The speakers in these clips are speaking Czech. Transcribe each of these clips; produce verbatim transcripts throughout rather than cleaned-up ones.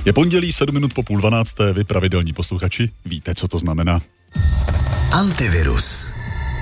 Je pondělí, sedm minut po půl dvanácté, vy pravidelní posluchači víte, co to znamená. Antivirus.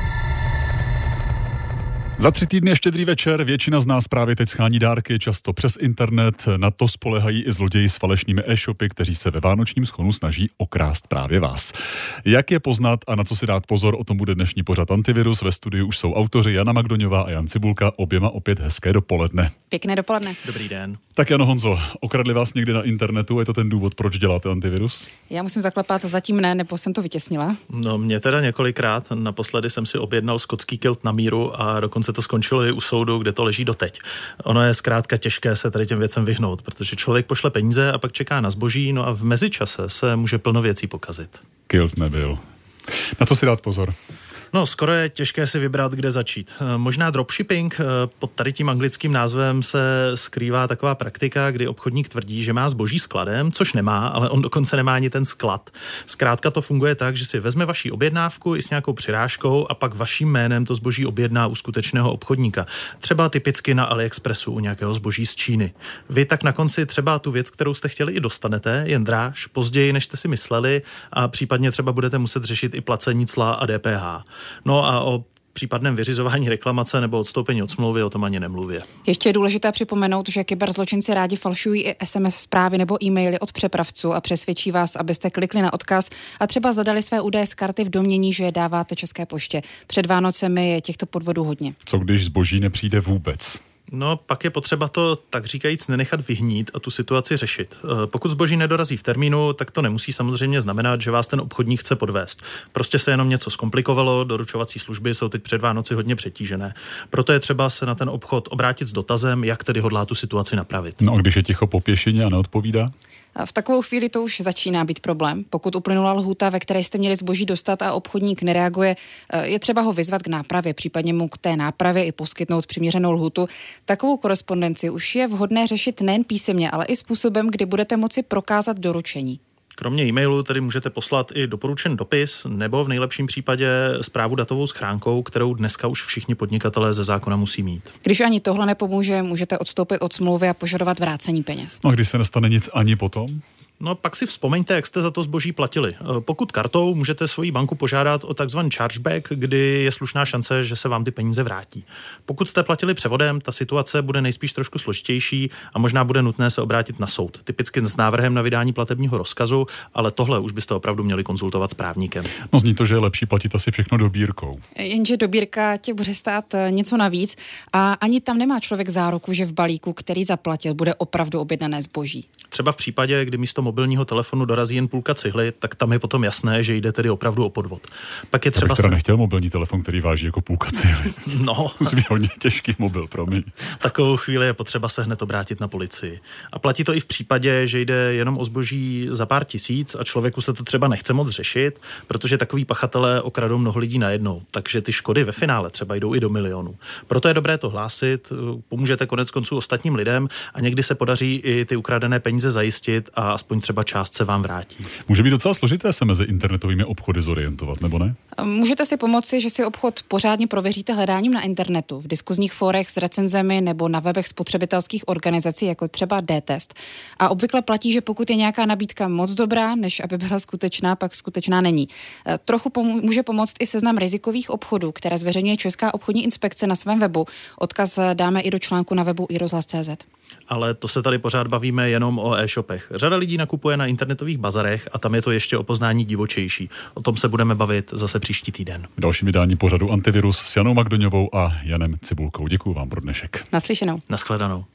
Za tři týdny je Štědrý večer, většina z nás právě teď schání dárky, často přes internet, na to spolehají i zloději s falešnými e-shopy, kteří se ve vánočním schonu snaží okrást právě vás. Jak je poznat a na co si dát pozor, o tom bude dnešní pořad Antivirus. Ve studiu už jsou autoři Jana Magdoňová a Jan Cibulka, oběma opět hezké dopoledne. Pěkné dopoledne. Dobrý den. Tak Jano, Honzo, okradli vás někdy na internetu, je to ten důvod, proč děláte antivirus? Já musím zaklepat, zatím ne, nebo jsem to vytěsnila. No mě teda několikrát, naposledy jsem si objednal skotský kilt na míru a dokonce to skončilo i u soudu, kde to leží doteď. Ono je zkrátka těžké se tady těm věcem vyhnout, protože člověk pošle peníze a pak čeká na zboží, no a v mezičase se může plno věcí pokazit. Kilt nebyl. Na co si dát pozor? No, skoro je těžké si vybrat, kde začít. Možná dropshipping, pod tady tím anglickým názvem se skrývá taková praktika, kdy obchodník tvrdí, že má zboží skladem, což nemá, ale on dokonce nemá ani ten sklad. Zkrátka to funguje tak, že si vezme vaši objednávku i s nějakou přirážkou a pak vaším jménem to zboží objedná u skutečného obchodníka. Třeba typicky na AliExpressu u nějakého zboží z Číny. Vy tak na konci třeba tu věc, kterou jste chtěli, i dostanete, jen dráž, později, než jste si mysleli, a případně třeba budete muset řešit i placení cla a D P H. No a o případném vyřizování reklamace nebo odstoupení od smlouvy o tom ani nemluvě. Ještě je důležité připomenout, že kyberzločinci rádi falšují i es em es zprávy nebo e-maily od přepravců a přesvědčí vás, abyste klikli na odkaz a třeba zadali své údaje z karty v domnění, že je dáváte České poště. Před Vánocemi je těchto podvodů hodně. Co když zboží nepřijde vůbec? No, pak je potřeba to, tak říkajíc, nenechat vyhnít a tu situaci řešit. Pokud zboží nedorazí v termínu, tak to nemusí samozřejmě znamenat, že vás ten obchodník chce podvést. Prostě se jenom něco zkomplikovalo, doručovací služby jsou teď před Vánoci hodně přetížené. Proto je třeba se na ten obchod obrátit s dotazem, jak tedy hodlá tu situaci napravit. No a když je ticho po pěšině a neodpovídá? V takovou chvíli to už začíná být problém. Pokud uplynula lhůta, ve které jste měli zboží dostat a obchodník nereaguje, je třeba ho vyzvat k nápravě, případně mu k té nápravě i poskytnout přiměřenou lhůtu. Takovou korespondenci už je vhodné řešit nejen písemně, ale i způsobem, kdy budete moci prokázat doručení. Kromě e-mailu tedy můžete poslat i doporučen dopis nebo v nejlepším případě zprávu datovou schránkou, kterou dneska už všichni podnikatelé ze zákona musí mít. Když ani tohle nepomůže, můžete odstoupit od smlouvy a požadovat vrácení peněz. No a když se nestane nic ani potom? No pak si vzpomeňte, jak jste za to zboží platili. Pokud kartou, můžete svoji banku požádat o takzvaný chargeback, kdy je slušná šance, že se vám ty peníze vrátí. Pokud jste platili převodem, ta situace bude nejspíš trošku složitější a možná bude nutné se obrátit na soud. Typicky s návrhem na vydání platebního rozkazu, ale tohle už byste opravdu měli konzultovat s právníkem. No zní to, že je lepší platit asi všechno dobírkou. Jenže dobírka tě bude stát něco navíc a ani tam nemá člověk záruku, že v balíku, který zaplatil, bude opravdu objednané zboží. Třeba v případě, kdy místo mobilního telefonu dorazí jen půlka cihly, tak tam je potom jasné, že jde tedy opravdu o podvod. Pak je třeba. Já bych teda se... nechtěl mobilní telefon, který váží jako půlka cihly. No. Musí být hodně těžký mobil, promiň. V takovou chvíli je potřeba se hned obrátit na policii. A platí to i v případě, že jde jenom o zboží za pár tisíc a člověku se to třeba nechce moc řešit, protože takový pachatelé okradou mnoho lidí najednou. Takže ty škody ve finále třeba jdou i do milionů. Proto je dobré to hlásit, pomůžete konec konců ostatním lidem a někdy se podaří i ty ukradené peníze zajistit a aspoň třeba část se vám vrátí. Může být docela složité se mezi internetovými obchody zorientovat, nebo ne? Můžete si pomoci, že si obchod pořádně prověříte hledáním na internetu, v diskuzních fórech s recenzemi nebo na webech spotřebitelských organizací, jako třeba D-test. A obvykle platí, že pokud je nějaká nabídka moc dobrá, než aby byla skutečná, pak skutečná není. Trochu pomů- může pomoct i seznam rizikových obchodů, které zveřejňuje Česká obchodní inspekce na svém webu. Odkaz dáme i do článku na webu i rozhlas tečka cé zet. Ale to se tady pořád bavíme jenom o e-shopech. Řada lidí nakupuje na internetových bazarech a tam je to ještě o poznání divočejší. O tom se budeme bavit zase příští týden. V dalším vydání pořadu Antivirus s Janou Magdoňovou a Janem Cibulkou. Děkuju vám pro dnešek. Naslyšenou. Naschledanou.